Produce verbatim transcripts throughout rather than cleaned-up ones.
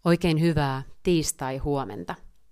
Oikein hyvää tiistai-huomenta.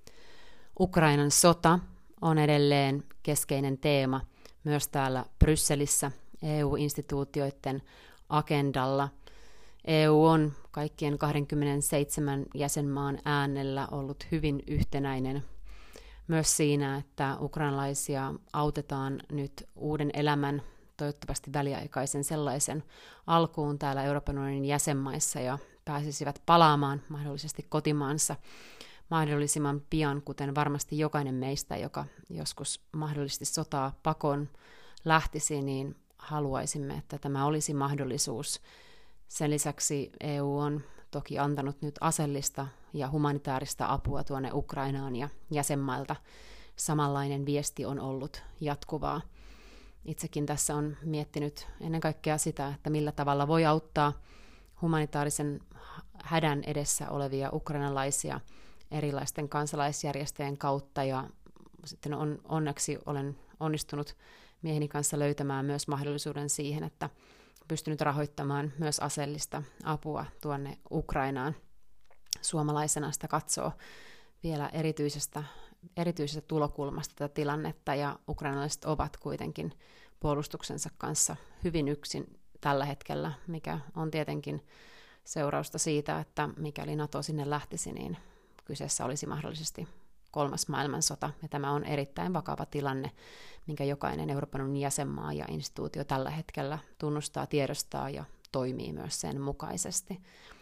Ukrainan sota on edelleen keskeinen teema myös täällä Brysselissä E U-instituutioiden agendalla. E U on kaikkien kaksikymmentäseitsemän jäsenmaan äänellä ollut hyvin yhtenäinen myös siinä, että ukrainalaisia autetaan nyt uuden elämän, toivottavasti väliaikaisen sellaisen alkuun täällä Euroopan unionin jäsenmaissa ja pääsisivät palaamaan mahdollisesti kotimaansa mahdollisimman pian, kuten varmasti jokainen meistä, joka joskus mahdollisesti sotaa pakoon lähtisi, niin haluaisimme, että tämä olisi mahdollisuus. Sen lisäksi E U on toki antanut nyt aseellista ja humanitaarista apua tuonne Ukrainaan ja jäsenmailta. Samanlainen viesti on ollut jatkuvaa. Itsekin tässä on miettinyt ennen kaikkea sitä, että millä tavalla voi auttaa humanitaarisen hädän edessä olevia ukrainalaisia erilaisten kansalaisjärjestöjen kautta, ja sitten on, onneksi olen onnistunut mieheni kanssa löytämään myös mahdollisuuden siihen, että pystynyt rahoittamaan myös aseellista apua tuonne Ukrainaan. Suomalaisena sitä katsoo vielä erityisestä, erityisestä tulokulmasta tätä tilannetta, ja ukrainalaiset ovat kuitenkin puolustuksensa kanssa hyvin yksin tällä hetkellä, mikä on tietenkin seurausta siitä, että mikäli NATO sinne lähtisi, niin kyseessä olisi mahdollisesti kolmas maailmansota, ja tämä on erittäin vakava tilanne, minkä jokainen Euroopan unionin jäsenmaa ja instituutio tällä hetkellä tunnustaa, tiedostaa ja toimii myös sen mukaisesti.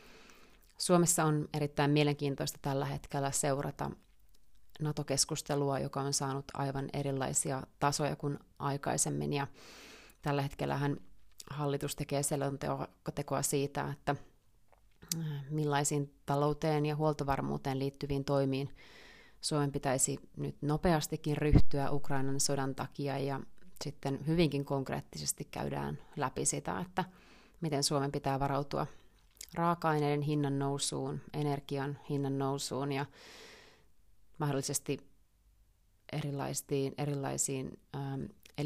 Suomessa on erittäin mielenkiintoista tällä hetkellä seurata NATO-keskustelua, joka on saanut aivan erilaisia tasoja kuin aikaisemmin, ja tällä hetkellähän hallitus tekee selontekoa siitä, että millaisiin talouteen ja huoltovarmuuteen liittyviin toimiin Suomen pitäisi nyt nopeastikin ryhtyä Ukrainan sodan takia, ja sitten hyvinkin konkreettisesti käydään läpi sitä, että miten Suomen pitää varautua raaka-aineiden hinnan nousuun, energian hinnan nousuun ja mahdollisesti erilaisiin, erilaisiin ähm,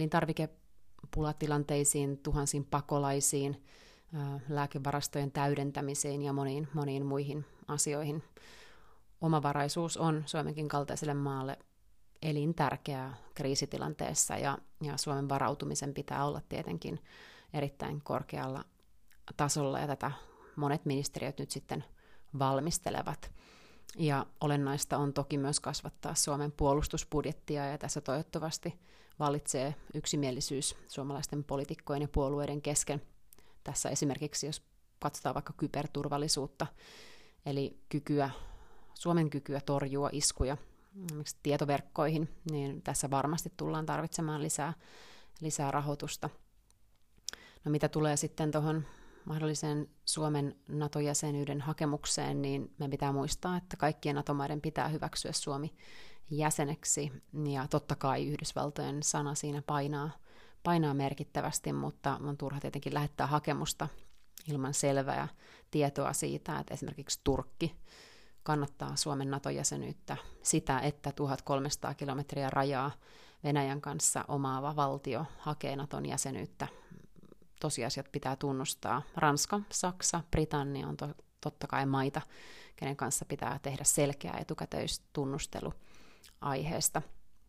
elintarvikepulatilanteisiin, tuhansiin pakolaisiin, äh, lääkevarastojen täydentämiseen ja moniin, moniin muihin asioihin. Omavaraisuus on Suomenkin kaltaiselle maalle elintärkeää kriisitilanteessa, ja, ja Suomen varautumisen pitää olla tietenkin erittäin korkealla tasolla, ja tätä monet ministeriöt nyt sitten valmistelevat. Ja olennaista on toki myös kasvattaa Suomen puolustusbudjettia, ja tässä toivottavasti vallitsee yksimielisyys suomalaisten poliitikkojen ja puolueiden kesken. Tässä esimerkiksi, jos katsotaan vaikka kyberturvallisuutta, eli kykyä, Suomen kykyä torjua iskuja tietoverkkoihin, niin tässä varmasti tullaan tarvitsemaan lisää, lisää rahoitusta. No mitä tulee sitten tuohon mahdolliseen Suomen NATO-jäsenyyden hakemukseen, niin me pitää muistaa, että kaikkien NATO-maiden pitää hyväksyä Suomi jäseneksi, ja totta kai Yhdysvaltojen sana siinä painaa, painaa merkittävästi, mutta on turha tietenkin lähettää hakemusta ilman selvää tietoa siitä, että esimerkiksi Turkki kannattaa Suomen NATO-jäsenyyttä, sitä, että tuhatkolmesataa kilometriä rajaa Venäjän kanssa omaava valtio hakee NATOn jäsenyyttä. Tosiasiat pitää tunnustaa. Ranska, Saksa, Britannia on to, totta kai maita, kenen kanssa pitää tehdä selkeä etukäteistunnustelu aiheesta.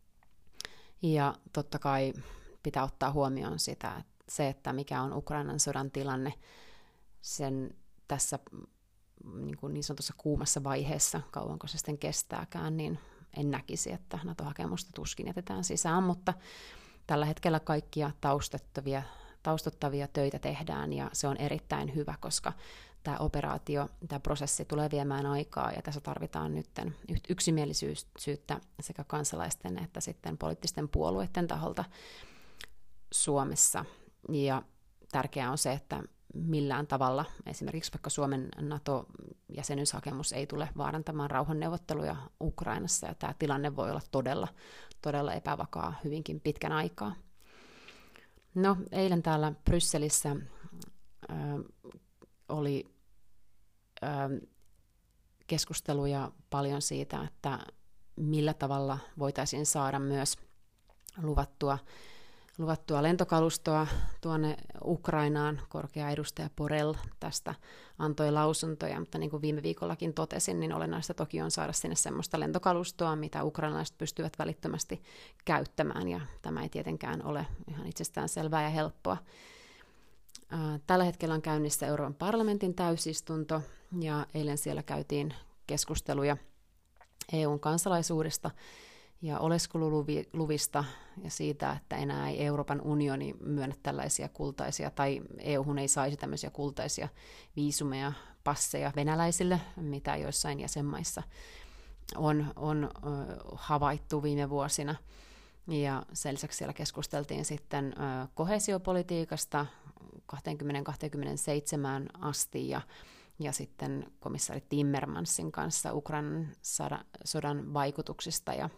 Ja totta kai pitää ottaa huomioon sitä, että se, että mikä on Ukrainan sodan tilanne, sen tässä niin, kuin niin sanotussa kuumassa vaiheessa, kauanko se sitten kestääkään, niin en näkisi, että NATO-hakemusta tuskin jätetään sisään, mutta tällä hetkellä kaikkia taustattavia, taustattavia töitä tehdään, ja se on erittäin hyvä, koska tämä operaatio, tämä prosessi tulee viemään aikaa, ja tässä tarvitaan nyt yksimielisyyttä sekä kansalaisten että sitten poliittisten puolueiden taholta Suomessa, ja tärkeää on se, että millään tavalla esimerkiksi vaikka Suomen NATO-jäsenyyshakemus ei tule vaarantamaan rauhanneuvotteluja Ukrainassa, ja tämä tilanne voi olla todella, todella epävakaa hyvinkin pitkän aikaa. No, eilen täällä Brysselissä äh, oli äh, keskusteluja paljon siitä, että millä tavalla voitaisiin saada myös luvattua luvattua lentokalustoa tuonne Ukrainaan. Korkea edustaja Borrell tästä antoi lausuntoja, mutta niin kuin viime viikollakin totesin, niin olennaista toki on saada sinne semmoista lentokalustoa, mitä ukrainalaiset pystyvät välittömästi käyttämään, ja tämä ei tietenkään ole ihan itsestään selvää ja helppoa. Tällä hetkellä on käynnissä Euroopan parlamentin täysistunto, ja eilen siellä käytiin keskusteluja E U:n kansalaisuudesta ja oleskeluluvista ja siitä, että enää ei Euroopan unioni myönnä tällaisia kultaisia, tai E U:hun ei saisi tämmöisiä kultaisia viisumeja, passeja venäläisille, mitä joissain jäsenmaissa on, on havaittu viime vuosina. Ja sen lisäksi siellä keskusteltiin sitten koheesiopolitiikasta kaksituhattakaksikymmentä-kaksituhattakaksikymmentäseitsemän asti, ja, ja sitten komissaari Timmermansin kanssa Ukrainan sodan vaikutuksista, ja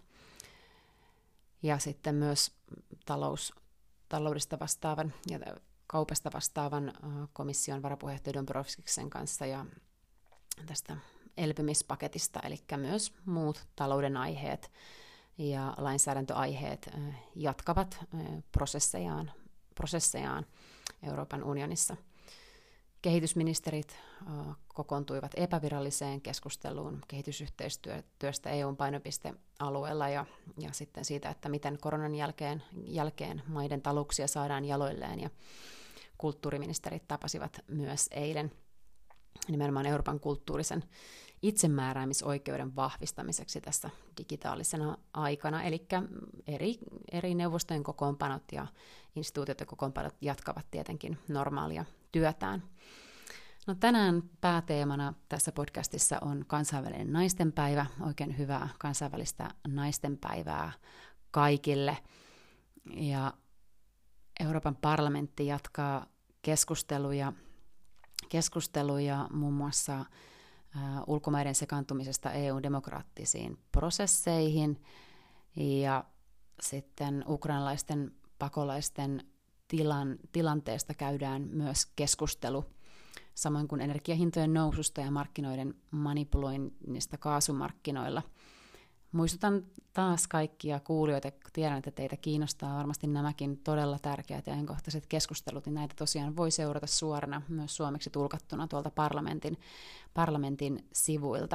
Ja sitten myös talous, taloudesta vastaavan ja kaupasta vastaavan komission varapuheenjohtaja Dombrovskiksen kanssa ja tästä elpymispaketista, eli myös muut talouden aiheet ja lainsäädäntöaiheet jatkavat prosessejaan, prosessejaan Euroopan unionissa. Kehitysministerit kokoontuivat epäviralliseen keskusteluun kehitysyhteistyöstä E U:n painopistealueella ja, ja sitten siitä, että miten koronan jälkeen, jälkeen maiden talouksia saadaan jaloilleen. Ja kulttuuriministerit tapasivat myös eilen nimenomaan Euroopan kulttuurisen itsemääräämisoikeuden vahvistamiseksi tässä digitaalisena aikana. Eli eri, eri neuvostojen kokoonpanot ja instituutioiden kokoonpanot jatkavat tietenkin normaalia työtään. No, tänään pääteemana tässä podcastissa on kansainvälinen naistenpäivä. Oikein hyvää kansainvälistä naistenpäivää kaikille. Ja Euroopan parlamentti jatkaa keskusteluja, keskusteluja muun muassa ä, ulkomaiden sekaantumisesta E U-demokraattisiin prosesseihin ja sitten ukrainalaisten pakolaisten tilan, tilanteesta käydään myös keskustelu, samoin kuin energiahintojen noususta ja markkinoiden manipuloinnista kaasumarkkinoilla. Muistutan taas kaikkia kuulijoita, tiedän, että teitä kiinnostaa varmasti nämäkin todella tärkeät ja ajankohtaiset keskustelut, niin näitä tosiaan voi seurata suorana myös suomeksi tulkattuna tuolta parlamentin, parlamentin sivuilta.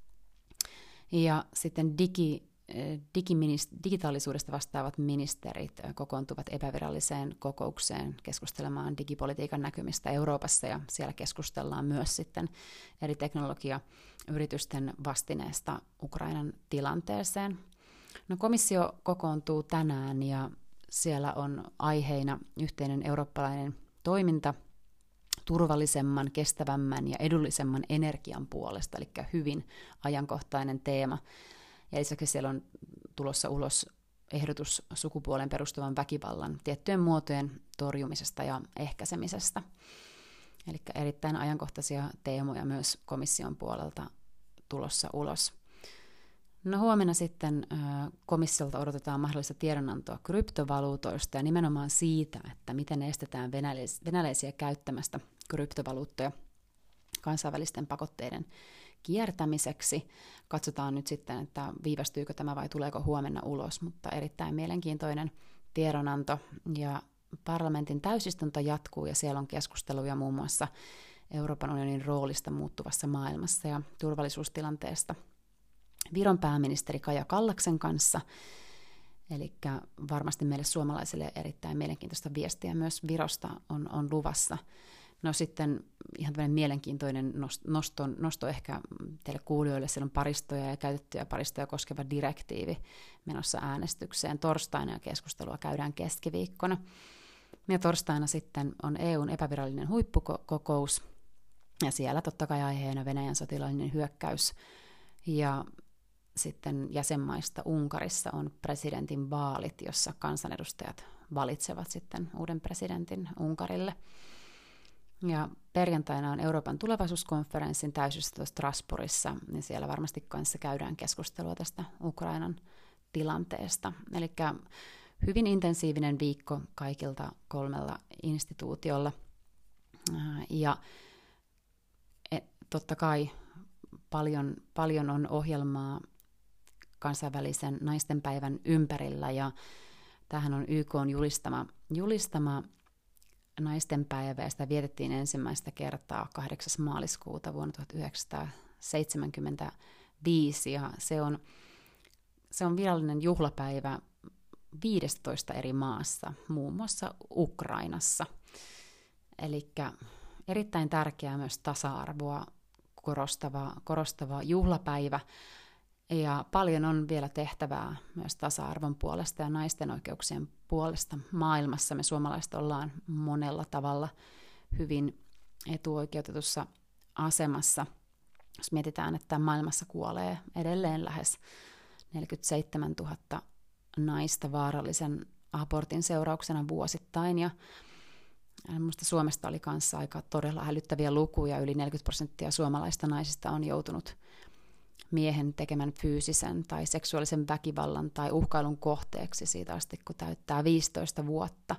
Ja sitten digi, digitaalisuudesta vastaavat ministerit kokoontuvat epäviralliseen kokoukseen keskustelemaan digipolitiikan näkymistä Euroopassa, ja siellä keskustellaan myös sitten eri teknologiayritysten vastineesta Ukrainan tilanteeseen. No, komissio kokoontuu tänään ja siellä on aiheina yhteinen eurooppalainen toiminta turvallisemman, kestävämmän ja edullisemman energian puolesta, eli hyvin ajankohtainen teema. Ja lisäksi siellä on tulossa ulos ehdotus sukupuolen perustuvan väkivallan tiettyjen muotojen torjumisesta ja ehkäisemisestä. Eli erittäin ajankohtaisia teemoja myös komission puolelta tulossa ulos. No, huomenna sitten komissiolta odotetaan mahdollista tiedonantoa kryptovaluutoista ja nimenomaan siitä, että miten estetään venäläis- venäläisiä käyttämästä kryptovaluuttoja kansainvälisten pakotteiden kiertämiseksi. Katsotaan nyt sitten, että viivästyykö tämä vai tuleeko huomenna ulos, mutta erittäin mielenkiintoinen tiedonanto. Ja parlamentin täysistunto jatkuu ja siellä on keskusteluja muun muassa Euroopan unionin roolista muuttuvassa maailmassa ja turvallisuustilanteesta Viron pääministeri Kaja Kallaksen kanssa. Eli varmasti meille suomalaisille erittäin mielenkiintoista viestiä myös Virosta on, on luvassa. No sitten ihan tämmöinen mielenkiintoinen nosto, nosto ehkä teille kuulijoille, siellä on paristoja ja käytettyjä paristoja koskeva direktiivi menossa äänestykseen torstaina ja keskustelua käydään keskiviikkona. Ja torstaina sitten on E U:n epävirallinen huippukokous ja siellä totta kai aiheena Venäjän sotilaallinen hyökkäys ja sitten jäsenmaista Unkarissa on presidentin vaalit, jossa kansanedustajat valitsevat sitten uuden presidentin Unkarille. Ja perjantaina on Euroopan tulevaisuuskonferenssin täysistunto Strasbourgissa, ja siellä varmasti kanssa käydään keskustelua tästä Ukrainan tilanteesta. Eli hyvin intensiivinen viikko kaikilta kolmella instituutiolla. Ja totta kai paljon, paljon on ohjelmaa kansainvälisen naistenpäivän ympärillä, ja Tämähän on Y K:n julistama, julistama naistenpäivä, ja sitä vietettiin ensimmäistä kertaa kahdeksas maaliskuuta vuonna tuhatyhdeksänsataaseitsemänkymmentäviisi, ja se on, se on virallinen juhlapäivä viidessätoista eri maassa, muun muassa Ukrainassa. Eli erittäin tärkeä myös tasa-arvoa korostava, korostava juhlapäivä, ja paljon on vielä tehtävää myös tasa-arvon puolesta ja naisten oikeuksien puolesta maailmassa. Me suomalaiset ollaan monella tavalla hyvin etuoikeutetussa asemassa. Jos mietitään, että maailmassa kuolee edelleen lähes neljäkymmentäseitsemäntuhatta naista vaarallisen abortin seurauksena vuosittain, ja minusta Suomesta oli kanssa aika todella hälyttäviä lukuja. Yli neljäkymmentä prosenttia suomalaista naisista on joutunut miehen tekemän fyysisen tai seksuaalisen väkivallan tai uhkailun kohteeksi siitä asti, kun täyttää viisitoista vuotta.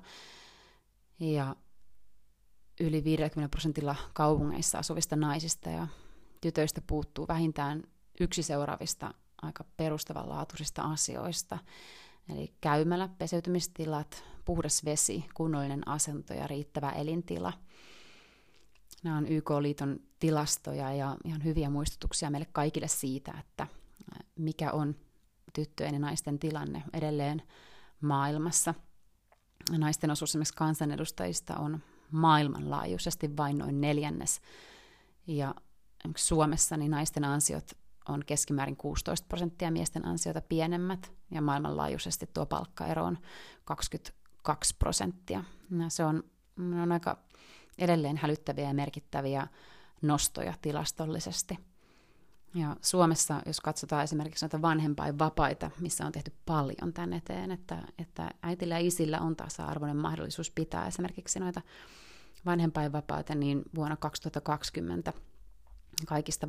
Ja yli viisikymmentä prosentilla kaupungeissa asuvista naisista ja tytöistä puuttuu vähintään yksi seuraavista aika perustavanlaatuisista asioista. Eli käymälä, peseytymistilat, puhdas vesi, kunnollinen asento ja riittävä elintila. Nämä on Y K-liiton tilastoja ja ihan hyviä muistutuksia meille kaikille siitä, että mikä on tyttöjen ja naisten tilanne edelleen maailmassa. Naisten osuus esimerkiksi kansanedustajista on maailmanlaajuisesti vain noin neljännes. Ja Suomessa niin naisten ansiot on keskimäärin kuusitoista prosenttia, miesten ansiota pienemmät, ja maailmanlaajuisesti tuo palkkaero on kaksikymmentäkaksi prosenttia. Ja se on, on aika edelleen hälyttäviä ja merkittäviä nostoja tilastollisesti. Ja Suomessa, jos katsotaan esimerkiksi noita vanhempainvapaita, missä on tehty paljon tämän eteen, että, että äitillä ja isillä on tasa-arvoinen mahdollisuus pitää esimerkiksi noita vanhempainvapaita, niin vuonna kaksituhattakaksikymmentä kaikista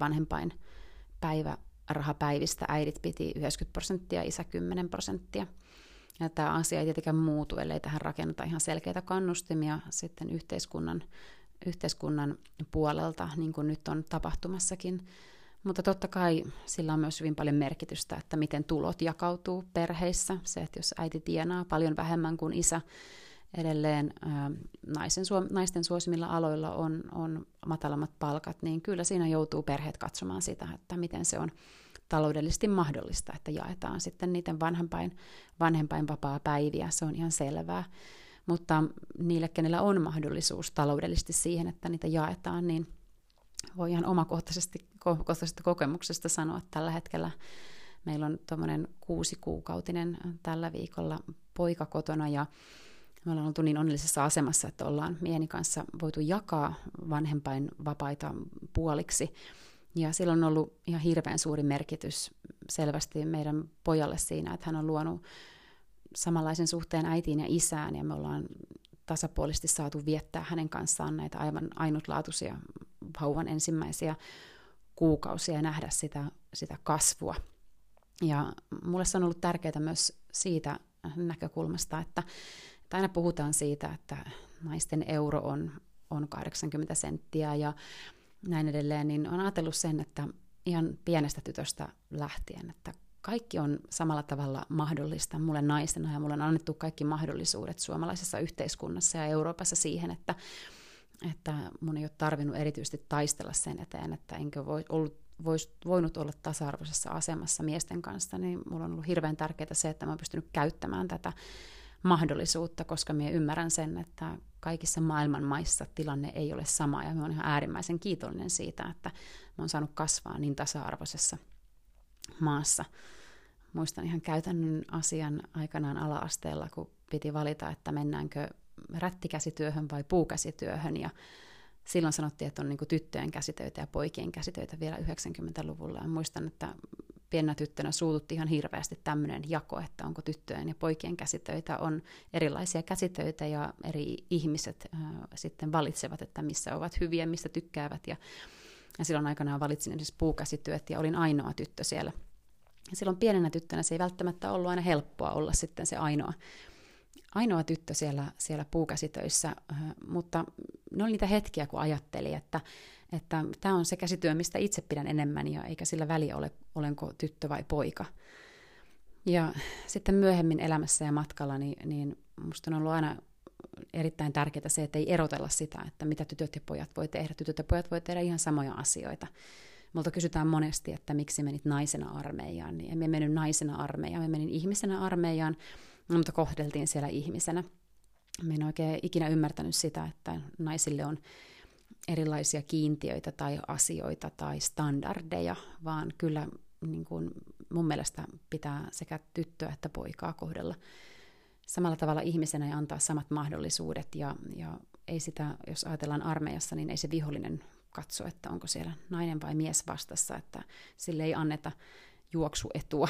vanhempainpäivärahapäivistä äidit piti yhdeksänkymmentä prosenttia, isä kymmenen prosenttia. Ja tämä asia ei tietenkään muutu, ellei tähän rakenneta ihan selkeitä kannustimia sitten yhteiskunnan, yhteiskunnan puolelta, niin kuin nyt on tapahtumassakin. Mutta totta kai sillä on myös hyvin paljon merkitystä, että miten tulot jakautuu perheissä. Se, että jos äiti tienaa paljon vähemmän kuin isä, edelleen ää, naisen, naisten suosimilla aloilla on, on matalammat palkat, niin kyllä siinä joutuu perheet katsomaan sitä, että miten se on taloudellisesti mahdollista, että jaetaan sitten niiden vanhempain, vanhempainvapaa-päiviä, se on ihan selvää. Mutta niille, kenellä on mahdollisuus taloudellisesti siihen, että niitä jaetaan, niin voi ihan omakohtaisesti kohtaisesta kokemuksesta sanoa, että tällä hetkellä meillä on tuommoinen kuusikuukautinen tällä viikolla poika kotona, ja me ollaan oltu niin onnellisessa asemassa, että ollaan mieheni kanssa voitu jakaa vanhempainvapaita puoliksi. Ja sillä on ollut ihan hirveän suuri merkitys selvästi meidän pojalle siinä, että hän on luonut samanlaisen suhteen äitiin ja isään, ja me ollaan tasapuolisesti saatu viettää hänen kanssaan näitä aivan ainutlaatuisia vauvan ensimmäisiä kuukausia ja nähdä sitä, sitä kasvua. Ja mulle se on ollut tärkeää myös siitä näkökulmasta, että, että aina puhutaan siitä, että naisten euro on, on kahdeksankymmentä senttiä ja näin edelleen, niin olen ajatellut sen, että ihan pienestä tytöstä lähtien, että kaikki on samalla tavalla mahdollista mulle naisena, ja mulle on annettu kaikki mahdollisuudet suomalaisessa yhteiskunnassa ja Euroopassa siihen, että, että mun ei ole tarvinnut erityisesti taistella sen eteen, että enkö voi, ollut, vois, voinut olla tasa-arvoisessa asemassa miesten kanssa, niin mulla on ollut hirveän tärkeää se, että mä oon pystynyt käyttämään tätä mahdollisuutta, koska minä ymmärrän sen, että kaikissa maailman maissa tilanne ei ole sama, ja minä olen ihan äärimmäisen kiitollinen siitä, että mä oon saanut kasvaa niin tasa-arvoisessa maassa. Muistan ihan käytännön asian aikanaan ala-asteella, kun piti valita, että mennäänkö rättikäsityöhön vai puukäsityöhön, ja silloin sanottiin, että on niin kuin tyttöjen käsitöitä ja poikien käsitöitä vielä yhdeksänkymmentäluvulla, ja muistan, että pienenä tyttönä suututti ihan hirveästi tämmöinen jako, että onko tyttöjen ja poikien käsitöitä, on erilaisia käsitöitä, ja eri ihmiset äh, sitten valitsevat, että missä ovat hyviä, missä tykkäävät, ja, ja silloin aikanaan valitsin siis puukäsityöt, ja olin ainoa tyttö siellä. Ja silloin pienenä tyttönä se ei välttämättä ollut aina helppoa olla sitten se ainoa, ainoa tyttö siellä, siellä puukäsitöissä, äh, mutta ne oli niitä hetkiä, kun ajattelin, että että tämä on se käsityö, mistä itse pidän enemmän, ja eikä sillä väliä ole, olenko tyttö vai poika. Ja sitten myöhemmin elämässä ja matkalla, niin, niin musta on ollut aina erittäin tärkeää se, että ei erotella sitä, että mitä tytöt ja pojat voi tehdä. Tytöt ja pojat voi tehdä ihan samoja asioita. Multa kysytään monesti, että miksi menit naisena armeijaan. Niin emme mennyt naisena armeijaan, me menin ihmisenä armeijaan, mutta kohdeltiin siellä ihmisenä. Mä en oikein ikinä ymmärtänyt sitä, että naisille on erilaisia kiintiöitä tai asioita tai standardeja, vaan kyllä niin kuin mun mielestä pitää sekä tyttöä että poikaa kohdella samalla tavalla ihmisenä ja antaa samat mahdollisuudet. Ja, ja ei sitä, jos ajatellaan armeijassa, niin ei se vihollinen katso, että onko siellä nainen vai mies vastassa, että sille ei anneta juoksuetua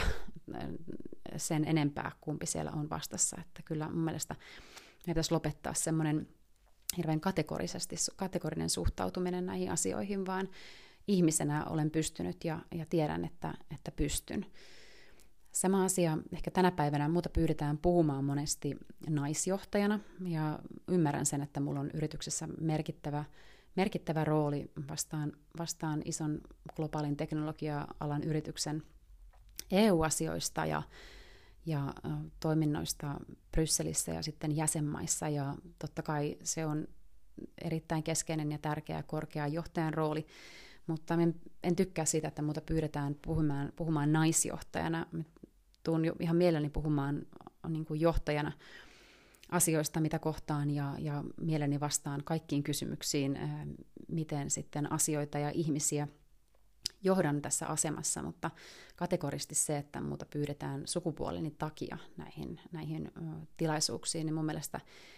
sen enempää, kumpi siellä on vastassa. Että kyllä mun mielestä meidän pitäisi lopettaa semmoinen hirveän kategorisesti, kategorinen suhtautuminen näihin asioihin, vaan ihmisenä olen pystynyt ja, ja tiedän, että, että pystyn. Sama asia ehkä tänä päivänä muuta pyydetään puhumaan monesti naisjohtajana, ja ymmärrän sen, että mulla on yrityksessä merkittävä, merkittävä rooli vastaan, vastaan ison globaalin teknologia-alan yrityksen E U-asioista ja, ja toiminnoista Brysselissä ja sitten jäsenmaissa, ja totta kai se on erittäin keskeinen ja tärkeä korkea johtajan rooli, mutta en tykkää siitä, että muuta pyydetään puhumaan, puhumaan naisjohtajana. Mä tuun ihan mielelläni puhumaan niin kuin johtajana asioista, mitä kohtaan, ja, ja mielelläni vastaan kaikkiin kysymyksiin, miten sitten asioita ja ihmisiä johdan tässä asemassa, mutta kategorisesti se, että muuta pyydetään sukupuoleni takia näihin, näihin tilaisuuksiin, niin mun mielestä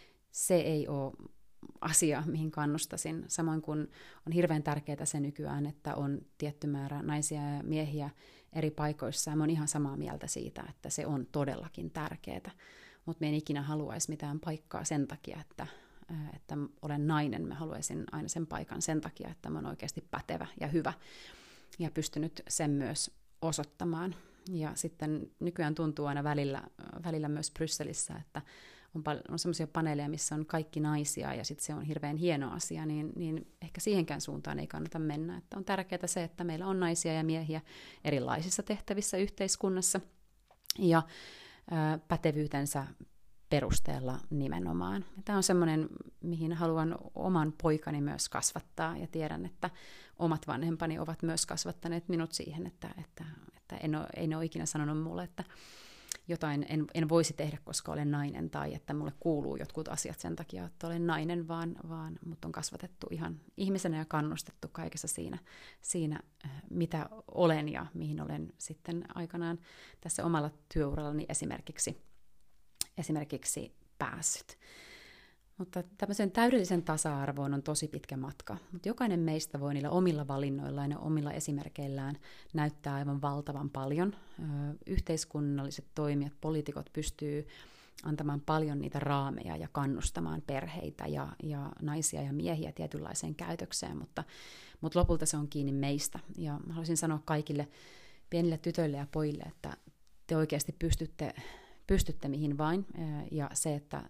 se ei ole asia, mihin kannustaisin. Samoin kuin on hirveän tärkeää se nykyään, että on tietty määrä naisia ja miehiä eri paikoissa, ja mä oon ihan samaa mieltä siitä, että se on todellakin tärkeää. Mutta mä en ikinä haluaisi mitään paikkaa sen takia, että, että olen nainen. Mä haluaisin aina sen paikan sen takia, että mä oon oikeasti pätevä ja hyvä ja pystynyt sen myös osoittamaan. Ja sitten nykyään tuntuu aina välillä, välillä myös Brysselissä, että on, pal- on semmoisia paneeleja, missä on kaikki naisia, ja sitten se on hirveän hieno asia, niin, niin ehkä siihenkään suuntaan ei kannata mennä. Että on tärkeää se, että meillä on naisia ja miehiä erilaisissa tehtävissä yhteiskunnassa, ja ää, pätevyytensä perusteella nimenomaan. Ja tämä on semmoinen, mihin haluan oman poikani myös kasvattaa, ja tiedän, että omat vanhempani ovat myös kasvattaneet minut siihen, että, että, että en ole, ei ne ole ikinä sanonut mulle, että jotain en, en voisi tehdä, koska olen nainen, tai että mulle kuuluu jotkut asiat sen takia, että olen nainen, vaan, vaan mut on kasvatettu ihan ihmisenä ja kannustettu kaikessa siinä, siinä, mitä olen ja mihin olen sitten aikanaan tässä omalla työurallani esimerkiksi, esimerkiksi päässyt. Mutta tämmöisen täydellisen tasa-arvoon on tosi pitkä matka, mutta jokainen meistä voi niillä omilla valinnoillaan ja omilla esimerkkeillään näyttää aivan valtavan paljon. Yhteiskunnalliset toimijat, poliitikot pystyy antamaan paljon niitä raameja ja kannustamaan perheitä ja, ja naisia ja miehiä tietynlaiseen käytökseen, mutta, mutta lopulta se on kiinni meistä. Ja mä haluaisin sanoa kaikille pienille tytöille ja pojille, että te oikeasti pystytte, pystytte mihin vain, ja se, että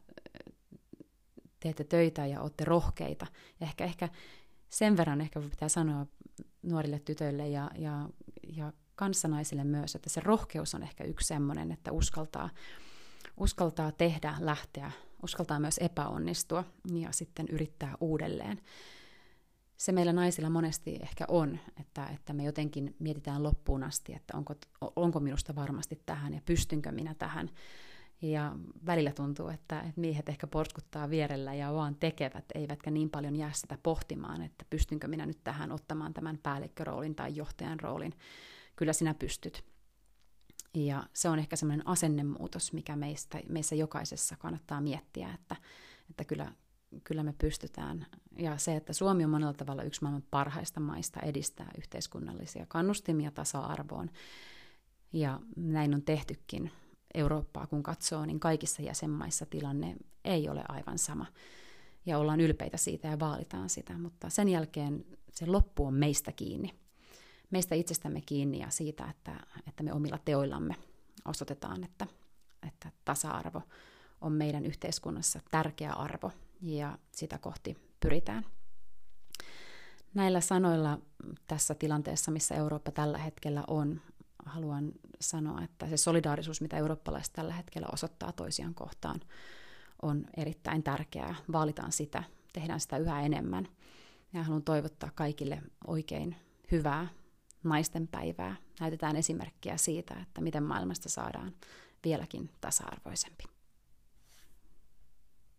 teette töitä ja olette rohkeita. Ehkä, ehkä sen verran ehkä pitää sanoa nuorille tytöille ja, ja, ja kanssanaisille myös, että se rohkeus on ehkä yksi semmoinen, että uskaltaa, uskaltaa tehdä, lähteä, uskaltaa myös epäonnistua ja sitten yrittää uudelleen. Se meillä naisilla monesti ehkä on, että, että me jotenkin mietitään loppuun asti, että onko, onko minusta varmasti tähän ja pystynkö minä tähän. Ja välillä tuntuu, että miehet ehkä porskuttaa vierellä ja vaan tekevät, eivätkä niin paljon jää sitä pohtimaan, että pystynkö minä nyt tähän ottamaan tämän päällikköroolin tai johtajan roolin. Kyllä sinä pystyt. Ja se on ehkä semmoinen asennemuutos, mikä meistä, meissä jokaisessa kannattaa miettiä, että, että kyllä, kyllä me pystytään. Ja se, että Suomi on monella tavalla yksi maailman parhaista maista edistää yhteiskunnallisia kannustimia tasa-arvoon. Ja näin on tehtykin. Eurooppaa kun katsoo, niin kaikissa jäsenmaissa tilanne ei ole aivan sama. Ja ollaan ylpeitä siitä ja vaalitaan sitä, mutta sen jälkeen se loppu on meistä kiinni. Meistä itsestämme kiinni ja siitä, että, että me omilla teoillamme osoitetaan, että, että tasa-arvo on meidän yhteiskunnassa tärkeä arvo ja sitä kohti pyritään. Näillä sanoilla tässä tilanteessa, missä Eurooppa tällä hetkellä on, haluan sanoa, että se solidaarisuus, mitä eurooppalaiset tällä hetkellä osoittaa toisiaan kohtaan, on erittäin tärkeää. Vaalitaan sitä, tehdään sitä yhä enemmän. Ja haluan toivottaa kaikille oikein hyvää naistenpäivää. Näytetään esimerkkiä siitä, että miten maailmasta saadaan vieläkin tasa-arvoisempi.